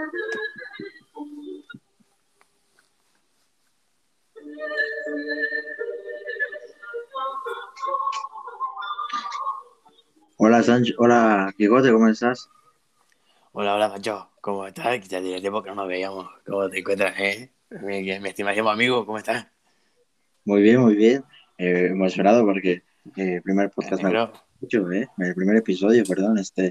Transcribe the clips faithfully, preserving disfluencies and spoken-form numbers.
Hola Sancho, hola Quijote, ¿cómo estás? Hola, hola, macho. ¿Cómo estás? Ya tiene tiempo que no nos veíamos. ¿Cómo te encuentras, eh? Mi, mi estimadísimo amigo, ¿cómo estás? Muy bien, muy bien. Eh, emocionado porque eh, el primer Me podcast me gustó alegro. mucho, ¿eh? El primer episodio, perdón, este,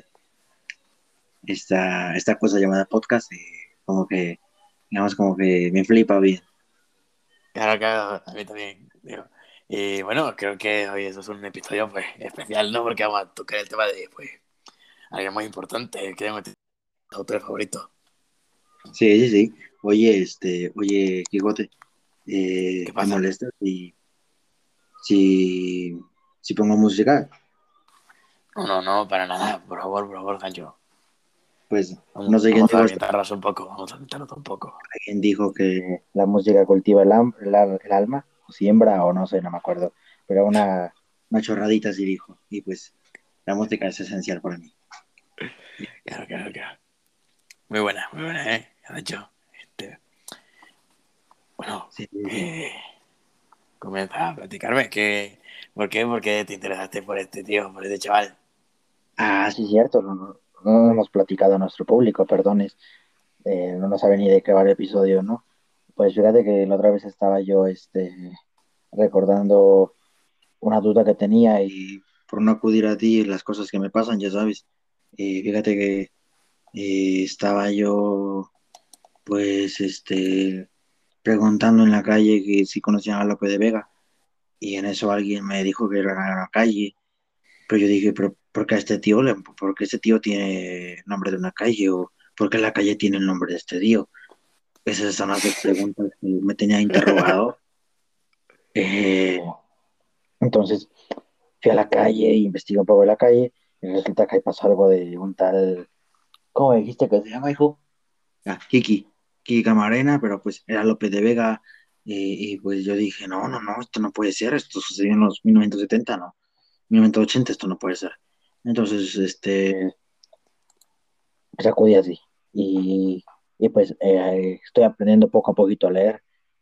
esta, esta cosa llamada podcast, eh, como que, digamos, como que me flipa bien. Claro, claro, a mí también. Digo. Y bueno, creo que hoy eso es un episodio pues especial, ¿no? Porque vamos a tocar el tema de pues algo muy importante, que es nuestro autor favorito. Sí, sí, sí. Oye, este, oye, Quijote, ¿Qué eh, ¿te pasa? molesta si, si, si pongo música? No, no, no, para nada. Por favor, por favor, Sancho. Pues no Vamos, sé quién vamos a dijo esto. ambientarnos un poco, vamos a ambientarnos un poco. Alguien dijo que la música cultiva el, am- el al- el alma, o siembra, o no sé, no me acuerdo, pero una, una chorradita así dijo. Y pues la música es esencial para mí. Claro, claro, claro. Muy buena, muy buena, ¿eh? Sancho. Este, bueno, Sí, sí, sí. eh, comienza a platicarme. ¿Qué, ¿Por qué? ¿Por qué te interesaste por este tío, por este chaval? Ah, sí, cierto, no, no, no hemos platicado a nuestro público, perdones, eh, no nos sabe ni de qué va el episodio, ¿no? Pues fíjate que la otra vez estaba yo este, recordando una duda que tenía y por no acudir a ti las cosas que me pasan, ya sabes, eh, fíjate que eh, estaba yo pues este preguntando en la calle que si conocían a Lope de Vega y en eso alguien me dijo que era en la calle, pero yo dije, pero ¿por qué a este tío le, por qué este tío tiene nombre de una calle o por qué la calle tiene el nombre de este tío? Esas son las dos preguntas que me tenía interrogado. Eh, entonces fui a la calle, investigué un poco de la calle y resulta que ahí pasó algo de un tal, ¿cómo me dijiste que se llama, hijo? Ah, Kiki, Kiki Camarena, pero pues era López de Vega. Y, y, pues yo dije, no, no, no, esto no puede ser, esto sucedió en los mil novecientos setenta, no, mil novecientos ochenta, esto no puede ser. Entonces, este, pues acudí así. Y, y pues eh, estoy aprendiendo poco a poquito a leer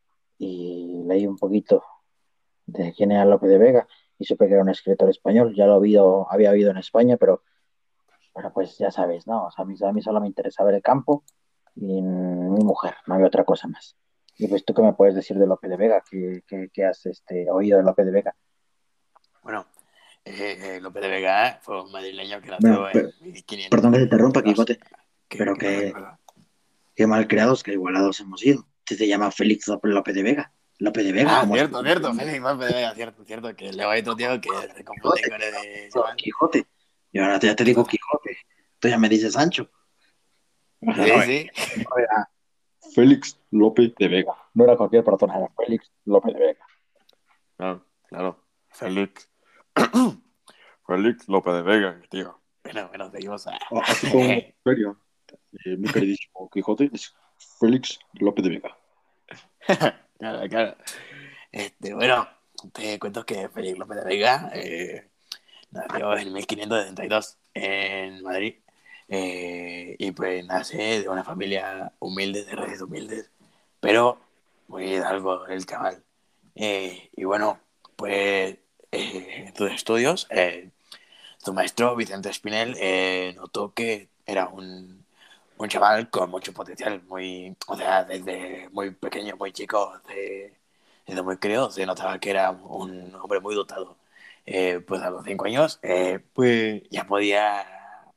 y leí un poquito de quién era López de Vega y supe que era un escritor español, ya lo había, había oído en España, pero, pero pues ya sabes, ¿no? O sea, a mí, a mí solo me interesaba el campo y mi mujer, no había otra cosa más. Y pues tú qué me puedes decir de Lope de Vega, qué, qué, qué has este, oído de Lope de Vega. Bueno, eh, eh, López de Vega fue un madrileño que Bueno, nació per- en perdón que te interrumpa, mil quinientos noventa y dos. Quijote, ¿Qué, pero qué pasa? ¿Qué qué, pasa? qué mal creados, qué igualados hemos ido. Te, te llama Félix López Lope de Vega. Lope de Vega, Ah, ¿cómo se cierto, llama? cierto, Félix López de Vega, cierto, cierto, que luego hay otro tío que se confunde Quijote, con ese no, chaval. Quijote. Y ahora ya te ¿Qué digo pasa? Quijote. Tú ya me dices Sancho. O sea, no, Sí, eh, sí. no era Félix López de Vega. No era cualquier persona, era Félix López de Vega. Claro, claro. Félix. Félix López de Vega, tío. Bueno, bueno, seguimos a... O- así como serio, eh, mi queridísimo Quijote es Félix López de Vega. Claro, claro. Este, bueno, te cuento que Félix López de Vega eh, nació en mil quinientos setenta y dos en Madrid. Eh, y pues nace de una familia humilde, de raíces humildes, pero muy hidalgo el chaval. Eh, y bueno, pues eh, en sus estudios, eh, su maestro Vicente Espinel eh, notó que era un, un chaval con mucho potencial, muy, o sea, desde muy pequeño, muy chico, de- desde muy crío, se notaba que era un hombre muy dotado. Eh, pues a los cinco años, eh, pues ya podía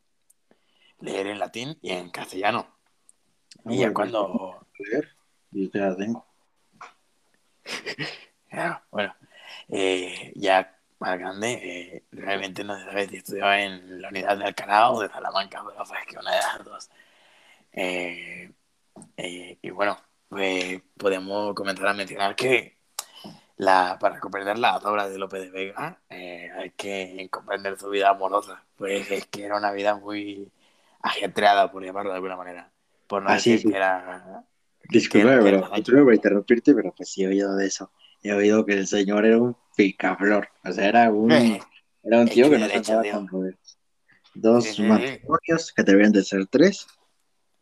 leer en latín y en castellano. Ah, Y ya bueno, pues yo cuando, leer y te la tengo. ya, bueno, eh, ya más grande, eh, realmente no se sabe si estudiaba en la unidad de Alcalá o de Salamanca, pero fue que una de las dos. Eh, eh, y bueno, pues podemos comenzar a mencionar que la, para comprender la obra de Lope de Vega eh, hay que comprender su vida amorosa, pues es que era una vida muy ajetreada, por llamarlo de alguna manera, por no Ah, sí, decir sí. que era, que Disculpa, era, que era pero Sancho. disculpa por interrumpirte, pero pues sí he oído de eso. He oído que el señor era un picaflor. O sea, era un, era un tío Hecho y que no se derecho, andaba tío. con rodeos. Sí, Dos sí, sí. matrimonios, que deberían de ser tres.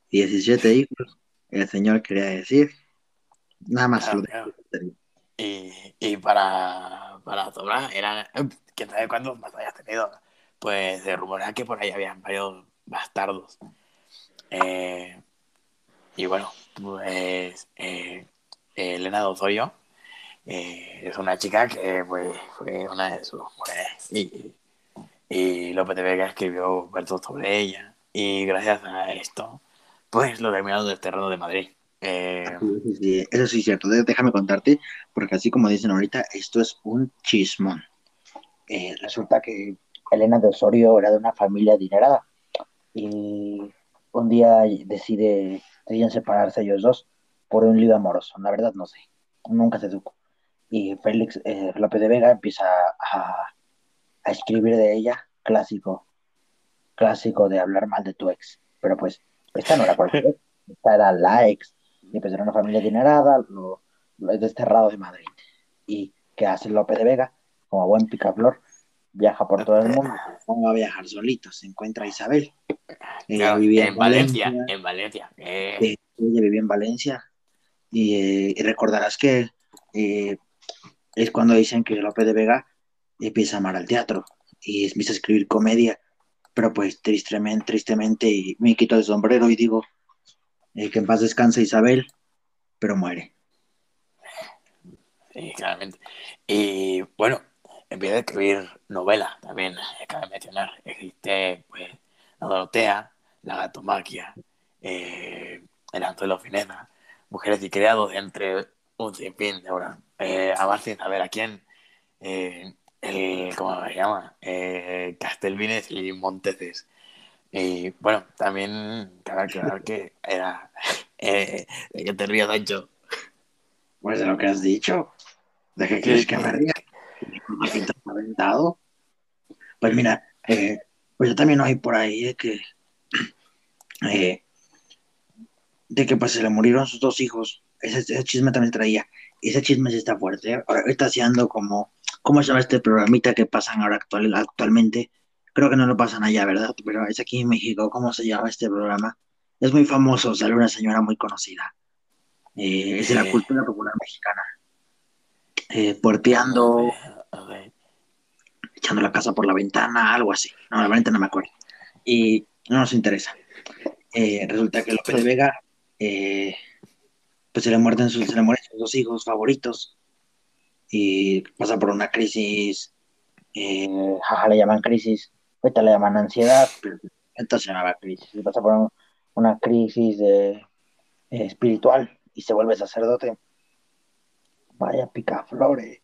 diecisiete hijos, el señor quería decir, nada más lo Claro, de... claro. Y, y para, para Zobra eran, quién sabe cuántos más hayas tenido, pues se rumorea que por ahí habían varios bastardos. Eh, y bueno, pues eh, Elena Dozoyo eh, es una chica que pues, fue una de sus mujeres y, y López de Vega escribió versos sobre ella y gracias a esto pues lo terminaron desterrando de Madrid. Eh, Sí, sí, sí, eso sí es cierto, de- déjame contarte, porque así como dicen ahorita, esto es un chismón. Eh, resulta que Elena de Osorio era de una familia adinerada y un día decide, deciden separarse ellos dos por un lío amoroso. La verdad no sé, nunca se supo. Y Félix eh, López de Vega empieza a, a escribir de ella, clásico, clásico de hablar mal de tu ex. Pero pues, esta no era cualquier ex, esta era la ex. Y pues era una familia adinerada, lo, lo es desterrado de Madrid. ¿Y qué hace López de Vega? Como buen picaflor, viaja por todo el mundo. No va a viajar solito, se encuentra a Isabel. Ella claro, vivía en en Valencia, Valencia, en Valencia. Eh, eh, ella vivía en Valencia. Y, eh, y recordarás que eh, es cuando dicen que López de Vega empieza a amar al teatro y empieza a escribir comedia. Pero pues tristemente, tristemente, y me quito el sombrero y digo eh, que en paz descanse Isabel, pero muere. sí, claramente. Y bueno, empieza a escribir novelas también, eh, cabe mencionar. Existe, pues, La Dorotea, La Gatomaquia, eh, El Anzuelo Fineza, Mujeres y Criados, entre un sinfín de obras. Eh, Amar sin saber a quién, eh, el, ¿cómo se llama? Eh, Castelvines y Monteces. Y bueno, también cabe aclarar que era... Eh, ¿de qué te rías, Sancho? Pues de lo que has dicho, ¿de qué quieres Que, que me que, ría? ¿Con la pinta aventado? Pues mira, eh, pues yo también oí por ahí de que, eh, de que pues se le murieron sus dos hijos. Ese, ese chisme también traía. Y ese chisme sí está fuerte. ¿Eh? Ahora, ahorita haciendo como, ¿cómo se llama este programita que pasan ahora actual, actualmente? Creo que no lo pasan allá, ¿verdad? Pero es aquí en México. ¿Cómo se llama este programa? Es muy famoso, sale una señora muy conocida. Eh, es de la eh, cultura popular mexicana. Eh, a puerteando, ver, a ver. echando la casa por la ventana, algo así. No, la verdad no me acuerdo. Y no nos interesa. Eh, resulta que López de Vega, eh, pues se le mueren sus, se le mueren sus dos hijos favoritos y pasa por una crisis, eh, jaja, le llaman crisis, ahorita le llaman ansiedad, pero entonces se llamaba crisis, y pasa por un- una crisis de, eh, espiritual y se vuelve sacerdote. Vaya picaflores,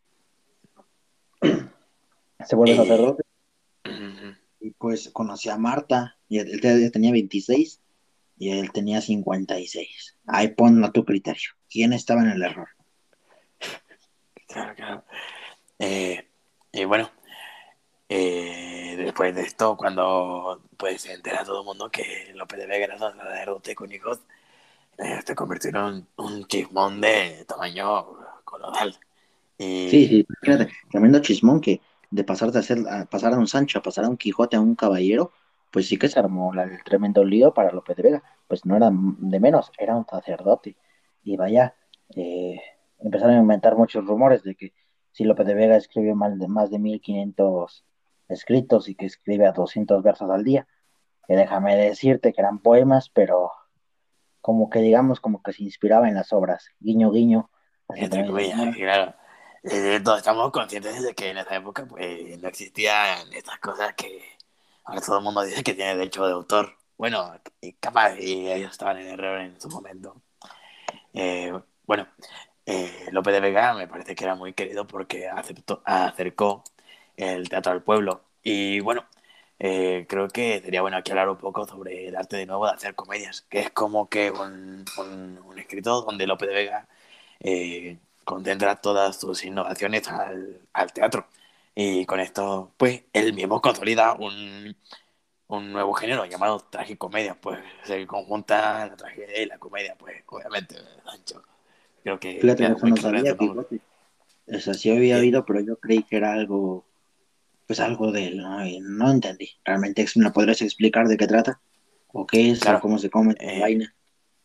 se vuelve Y, sacerdote y pues conocí a Marta y él, él tenía veintiséis y él tenía cincuenta y seis. Ahí pon a tu criterio. ¿Quién estaba en el error? claro, claro. Eh, y bueno, eh, después de esto, cuando pues se entera todo el mundo que López de Vega era sacerdote con hijos, eh, se convirtió en un, un chismón de tamaño colosal. Sí, Y sí, fíjate, tremendo chismón que de pasar de hacer, a pasar a un Sancho, a pasar a un Quijote, a un caballero, pues sí que se armó la- el tremendo lío para Lope de Vega. Pues no era de menos, era un sacerdote. Y vaya, eh, empezaron a inventar muchos rumores de que si Lope de Vega escribió más de, más de mil quinientos escritos y que escribe a doscientos versos al día, que déjame decirte que eran poemas, pero como que digamos, como que se inspiraba en las obras. Guiño, guiño, así como entre dice la comillas, señora. claro, eh, todos estamos conscientes de que en esa época pues no existían estas cosas que ahora todo el mundo dice que tiene derecho de autor. Bueno, y capaz, y ellos estaban en error en su momento. Eh, bueno, eh, Lope de Vega me parece que era muy querido porque aceptó, acercó el teatro al pueblo. Y bueno, eh, creo que sería bueno aquí hablar un poco sobre el arte de nuevo de hacer comedias, que es como que un, un, un escritor donde Lope de Vega eh, concentra todas sus innovaciones al, al teatro. Y con esto, pues, él mismo consolida un, un nuevo género llamado tragicomedia, pues se conjunta la tragedia y la comedia, pues obviamente, Sancho, creo que Fíjate que queda eso muy no claro en sabía, estos momentos. Quijote. O sea, sí había Y, oído, pero yo creí que era algo, pues algo de él, ¿no? Y no entendí. Realmente, ¿me lo podrías explicar de qué trata? ¿O qué es? ¿O Claro, cómo se come esa eh, vaina?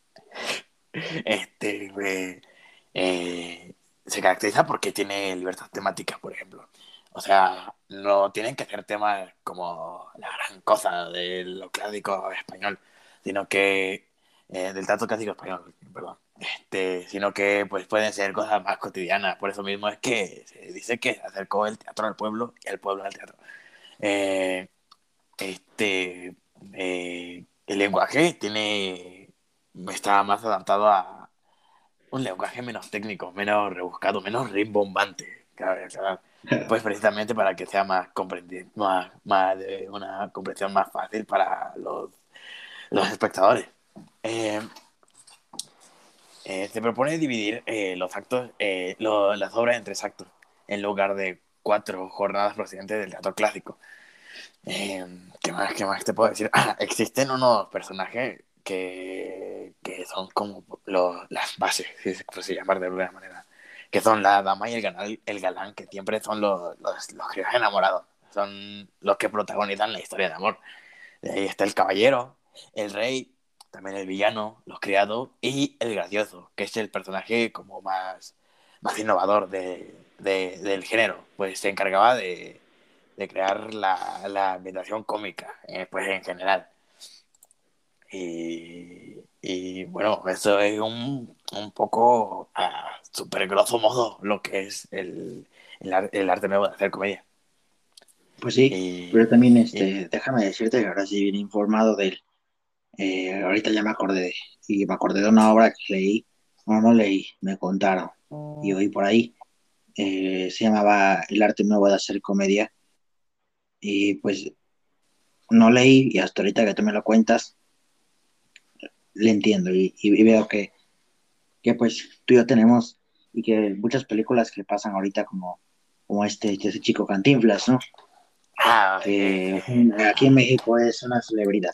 este, eh, eh, se caracteriza porque tiene libertad temática, por ejemplo. O sea, no tienen que hacer temas como la gran cosa de lo clásico español, sino que eh, del teatro clásico español, perdón. Este, sino que pues pueden ser cosas más cotidianas. Por eso mismo es que se dice que acercó el teatro al pueblo y el pueblo al teatro. Eh, este, eh, el lenguaje tiene, está más adaptado a un lenguaje menos técnico, menos rebuscado, menos rimbombante, cabe aclarar. Pues precisamente para que sea más comprendido, más, más de una comprensión más fácil para los, los espectadores. Eh, eh, se propone dividir eh, los actos, eh, lo- las obras en tres actos, en lugar de cuatro jornadas procedentes del teatro clásico. Eh, ¿qué más, qué más te puedo decir? Ah, existen unos personajes que, que son como los, las bases, si se puede llamar de alguna manera, que son la dama y el galán, el galán que siempre son los, los, los críos enamorados, son los que protagonizan la historia de amor. De ahí está el caballero, el rey, también el villano, los criados y el gracioso, que es el personaje como más, más innovador de, de, del género, pues se encargaba de de crear la, la ambientación cómica, eh, pues en general. Y, y bueno, eso es un, un poco, a súper grosso modo, lo que es el, el, ar- el arte nuevo de hacer comedia. Pues sí, pero Y, también, y este, déjame decirte que ahora sí bien informado de él. Eh, ahorita ya me acordé, y me acordé de una obra que leí, no, no leí, me contaron, y oí por ahí, eh, se llamaba El arte nuevo de hacer comedia, y pues no leí, y hasta ahorita que tú me lo cuentas, le entiendo, y, y veo que, que pues tú y yo tenemos, y que muchas películas que pasan ahorita como, como este, este chico Cantinflas, ¿no? ah, eh, Que eh, aquí en México es una celebridad.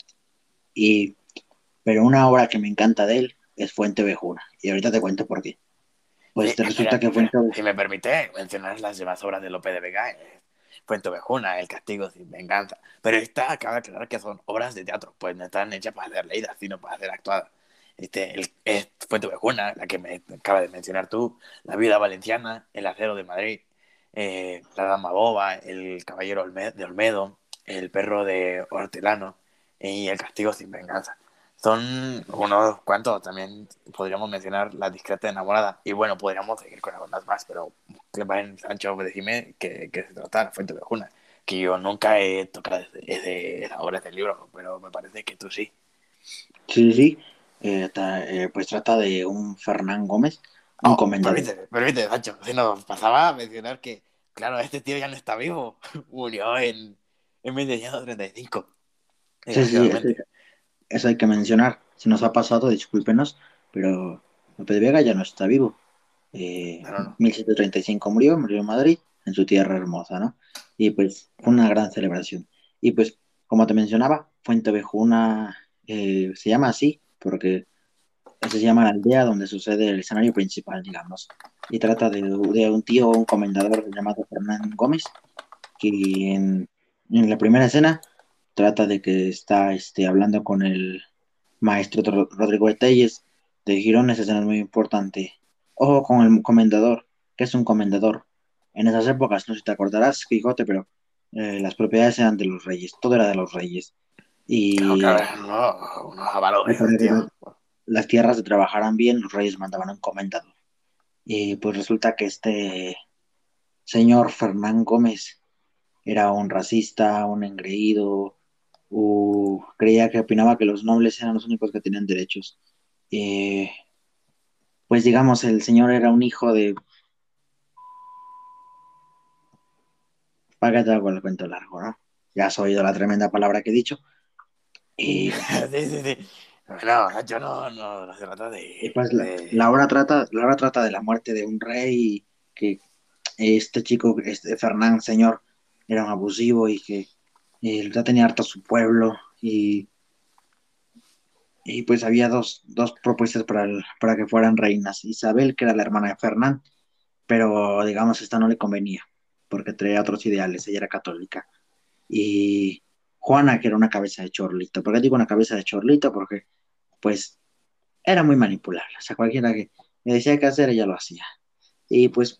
Y, pero una obra que me encanta de él es Fuente Ovejuna. Y ahorita te cuento por qué. sí, Pues te resulta espera, que espera, Fuente si me permite mencionar las demás obras de Lope de Vega, eh, Fuente Ovejuna, El castigo sin venganza. Pero esta acaba de aclarar que son obras de teatro, pues no están hechas para ser leídas, sino para ser actuadas. Este, el, es Fuente Ovejuna, la que me acaba de mencionar tú, La Viuda Valenciana, El Acero de Madrid, eh, La Dama Boba, El Caballero Olme- de Olmedo, El Perro de Hortelano y El castigo sin venganza. Son unos cuantos, también podríamos mencionar La discreta enamorada. Y bueno, podríamos seguir con algunas más, pero Clemen Sancho, decime que, que se trata de la Fuente de Juna, que yo nunca he tocado ese, ese, esa obra, ese libro, pero me parece que tú sí. Sí, sí, sí. Eh, ta- eh, pues trata de un Fernán Gómez, un Oh, comendador. permíteme, permíteme, Sancho, si nos pasaba a mencionar que, claro, este tío ya no está vivo, murió en, en mil novecientos treinta y cinco, Sí, sí, sí, eso, desgraciadamente. eso hay que mencionar. Si nos ha pasado, discúlpenos, pero Lope de Vega ya no está vivo. Eh, No, no, no. mil setecientos treinta y cinco murió, murió en Madrid, en su tierra hermosa, ¿no? Y pues fue una gran celebración. Y pues, como te mencionaba, Fuentevejuna eh, se llama así porque ese se llama la aldea donde sucede el escenario principal, digamos. Y trata de, de un tío, un comendador llamado Fernán Gómez, que en, en la primera escena trata de que está este, hablando con el maestro Ro- Rodrigo de Telles de Girón. Esa escena es muy importante. Ojo con el comendador, que es un comendador. En esas épocas, no sé si te acordarás, Quijote, pero eh, las propiedades eran de los reyes, todo era de los reyes. Claro, Y, claro, no, unos avalos y para esos, que tío. las, las tierras se trabajaran bien, los reyes mandaban un comendador. Y pues resulta que este señor Fernán Gómez era un racista, un engreído, u creía que opinaba que los nobles eran los únicos que tenían derechos. Eh, pues digamos, el señor era un hijo de... Págate algo el cuento largo, ¿no? Ya has oído la tremenda palabra que he dicho. Y, Sí, sí, sí. No, yo no, no, no se trata y de, pues la, la de... obra trata, la obra trata de la muerte de un rey, que este chico, este Fernán, señor, era un abusivo y que eh, ya tenía harto a su pueblo. Y, y pues había dos, dos propuestas para, el- para que fueran reinas. Isabel, que era la hermana de Fernán, pero digamos, esta no le convenía, porque traía otros ideales, ella era católica. Y Juana, que era una cabeza de chorlito. ¿Por qué digo una cabeza de chorlito? Porque, pues, era muy manipulable. O sea, cualquiera que me decía qué hacer, ella lo hacía. Y pues,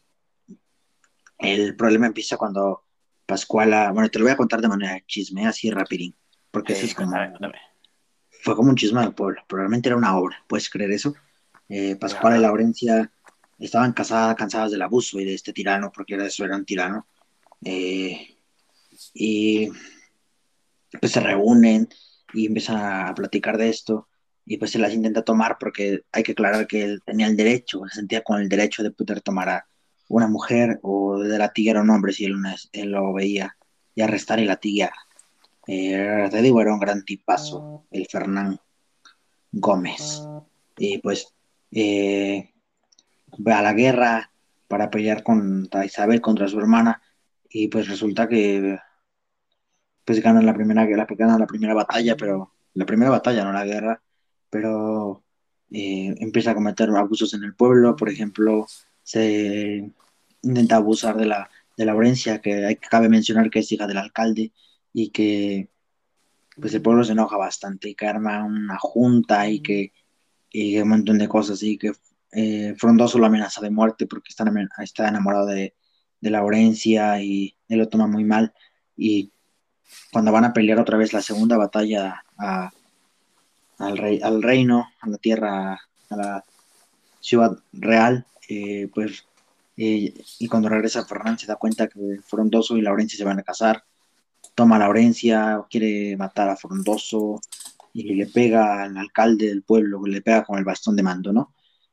el problema empieza cuando Pascuala, bueno, te lo voy a contar de manera de chisme, así rapidín, porque eso Eh, es cuéntame, como, cuéntame. fue como un chisme del pueblo, pero realmente era una obra, ¿puedes creer eso? Eh, Pascuala y Claro. Laurencia estaban casadas, cansadas del abuso y de este tirano, porque era eso, era un tirano. Eh, y pues se reúnen y empiezan a platicar de esto y pues se las intenta tomar porque hay que aclarar que él tenía el derecho, se sentía con el derecho de poder tomar a una mujer o de latigar a un hombre si él, una- él lo veía y arrestar y latigar. Eh, te digo, era un gran tipazo, el Fernán Gómez. Y pues eh, va a la guerra para pelear contra Isabel, contra su hermana, y pues resulta que pues ganan la primera, la, ganan la primera batalla, pero la primera batalla, no la guerra, pero eh, empieza a cometer abusos en el pueblo, por ejemplo, se intenta abusar de la de Laurencia, que hay, cabe mencionar que es hija del alcalde y que pues el pueblo se enoja bastante y que arma una junta y que y un montón de cosas y que eh, Frondoso lo amenaza de muerte porque está, está enamorado de, de Laurencia y él lo toma muy mal y cuando van a pelear otra vez la segunda batalla a, al, rey, al reino, a la tierra, a la ciudad real, eh, pues, eh, y cuando regresa Fernán se da cuenta que Frondoso y Laurencia se van a casar, toma a Laurencia, quiere matar a Frondoso y le pega al alcalde del pueblo, le pega con el bastón de mando, ¿no?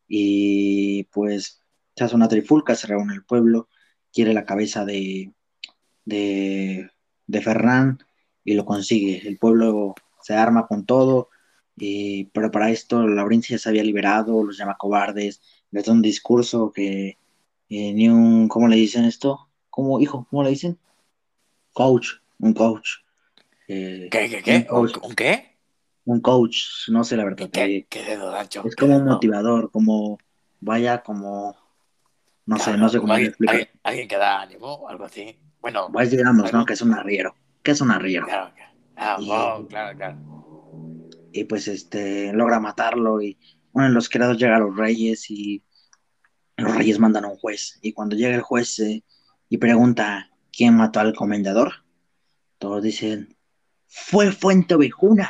Y pues se hace una trifulca, se reúne el pueblo, quiere la cabeza de, de, de Ferran y lo consigue. El pueblo se arma con todo, y, pero para esto Laurencia se había liberado, los llama cobardes, les da un discurso que eh, ni un, ¿cómo le dicen esto? ¿Cómo, hijo? ¿Cómo le dicen? Coach, un coach. Eh, ¿Qué, qué, un qué? ¿Un, coach, un qué? un coach, no sé la verdad. ¿Qué, qué, Eh, qué dedo, Nacho? es ¿Qué como un dedo? motivador, como, vaya, como, no sé, Claro, no no, sé como cómo alguien, explicar. alguien, alguien que da ánimo o algo así. Bueno, Pues digamos, ¿no? algo. Que es un arriero. ¿Qué es un arriero? Claro, claro. Ah, oh, Y claro, claro. y pues este logra matarlo y uno de los criados llega a los reyes y los reyes mandan a un juez y cuando llega el juez eh, y pregunta quién mató al comendador, todos dicen fue Fuente Ovejuna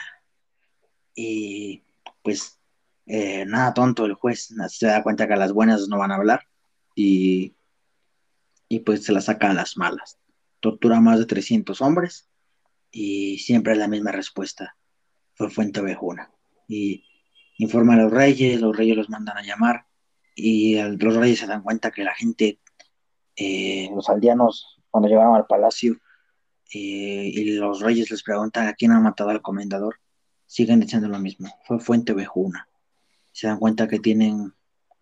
y pues eh, nada tonto el juez se da cuenta que a las buenas no van a hablar y, y pues se la saca a las malas, tortura a más de trescientos hombres y siempre es la misma respuesta, fue Fuente Ovejuna y informa a los reyes, los reyes los mandan a llamar y el- los reyes se dan cuenta que la gente, eh, los aldeanos, cuando llegaron al palacio eh, y los reyes les preguntan a quién han matado al comendador, siguen diciendo lo mismo, fue Fuente Ovejuna. Se dan cuenta que tienen,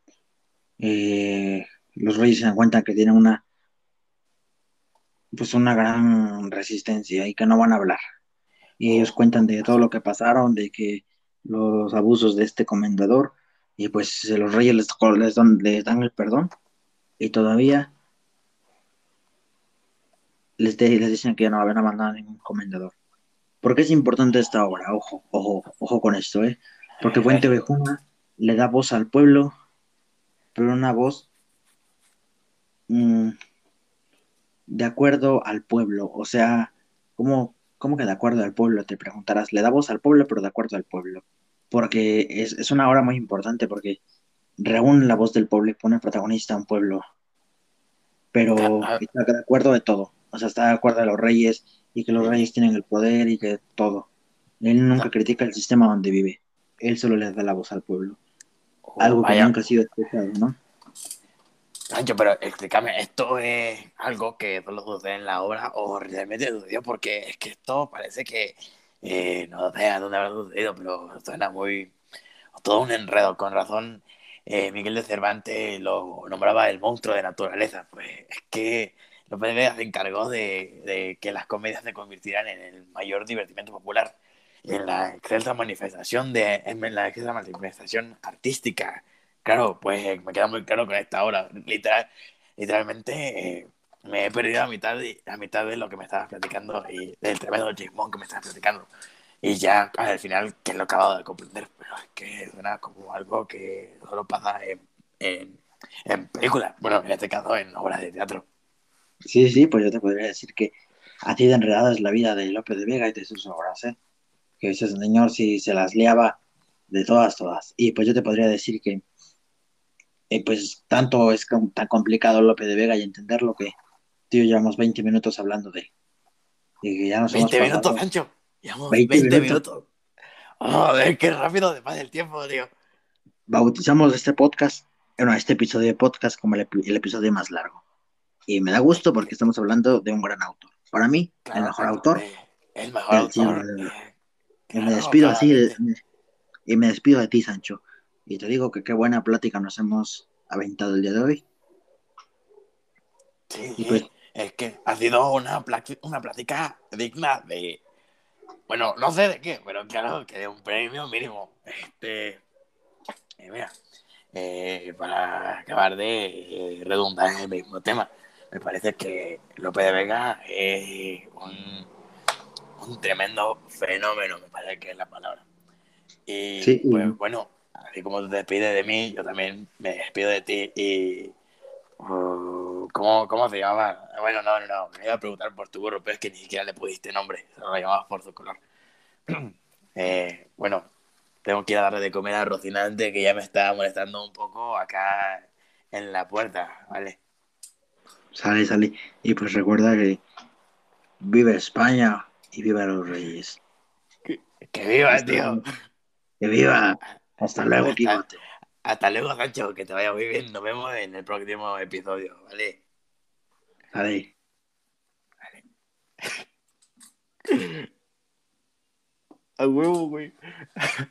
eh, los reyes se dan cuenta que tienen una, pues una gran resistencia y que no van a hablar. Y ellos Oh, cuentan de todo razón. lo que pasaron, de que los abusos de este comendador, y pues eh, los reyes les, les dan, les dan el perdón y todavía les, de- les dicen que ya no van a mandar a ningún comendador. ¿Por qué es importante esta obra? Ojo, ojo, ojo con esto, ¿eh? Porque A ver, Fuente Ovejuna le da voz al pueblo, pero una voz mm, de acuerdo al pueblo. O sea, ¿cómo, cómo que de acuerdo al pueblo? Te preguntarás. Le da voz al pueblo, pero de acuerdo al pueblo. Porque es, es una obra muy importante, porque reúne la voz del pueblo y pone protagonista a un pueblo, ca- pero a- está de acuerdo de todo. O sea, está de acuerdo de los reyes y que los reyes tienen el poder y que todo. Él no, nunca critica el sistema donde vive. Él solo le da la voz al pueblo. oh, Algo que vaya. nunca ha sido escuchado, ¿no? Sancho, pero explícame, ¿esto es algo que solo sucede en la obra o realmente sucedió? Porque es que esto parece que eh, no sé a dónde habrá sucedido, pero suena muy. Todo un enredo. Con razón, eh, Miguel de Cervantes lo nombraba el monstruo de naturaleza. Pues es que Lope de Vega se encargó de, de que las comedias se convirtieran en el mayor divertimento popular, en la excelsa manifestación de, en la excelsa manifestación artística. Claro, pues me queda muy claro con esta obra. Literal, literalmente, eh, me he perdido a mitad, de, a mitad de lo que me estabas platicando y del tremendo chismón que me estabas platicando. Y ya al final, que lo he acabado de comprender, pero es que suena como algo que solo pasa en, en, en películas, bueno, en este caso en obras de teatro. Sí, sí, pues yo te podría decir que así de enredada es la vida de Lope de Vega y de sus obras, ¿eh? Que ese señor sí se las liaba de todas, todas. Y pues yo te podría decir que eh, pues tanto es com- tan complicado Lope de Vega y entenderlo que, tío, llevamos veinte minutos hablando de él. Y que ya nos hemos veinte minutos, pasado Sancho. Llevamos veinte veinte minutos. minutos. Oh, ver qué rápido se pasa el tiempo, tío. Bautizamos este podcast, bueno, este episodio de podcast como el, epi- el episodio más largo. Y me da Es gusto porque que, estamos hablando de un gran autor. Para mí, el claro, mejor Sancho, autor eh, el mejor del siglo autor. de oro. Eh, Y me claro, despido así, de- claramente. y me despido de ti, Sancho. Y te digo que qué buena plática nos hemos aventado el día de hoy. Sí, Y pues, sí. Es que ha sido una, plática, una plática digna de. Bueno, no sé de qué, pero claro que de un premio mínimo. Este. Eh, mira, eh, para acabar de eh, redundar en el mismo tema, me parece que Lope de Vega es un, un tremendo fenómeno, me parece que es la palabra. Y sí, pues y- bueno, así como tú te despides de mí, yo también me despido de ti y... uh, ¿cómo, ¿Cómo se llamaba? Bueno, no, no, no, me iba a preguntar por tu burro, pero es que ni siquiera le pusiste nombre, solo lo llamabas por su color. eh, bueno, tengo que ir a darle de comer a Rocinante, que ya me está molestando un poco acá en la puerta, ¿vale? sale, sale. Y pues recuerda que vive España y viva los reyes. Que, que viva, Hasta tío. luego. Que viva. Hasta luego, Hasta, Quijote. hasta luego, Sancho, que te vaya muy bien. Nos vemos en el próximo episodio, ¿vale? Sale. A huevo, güey.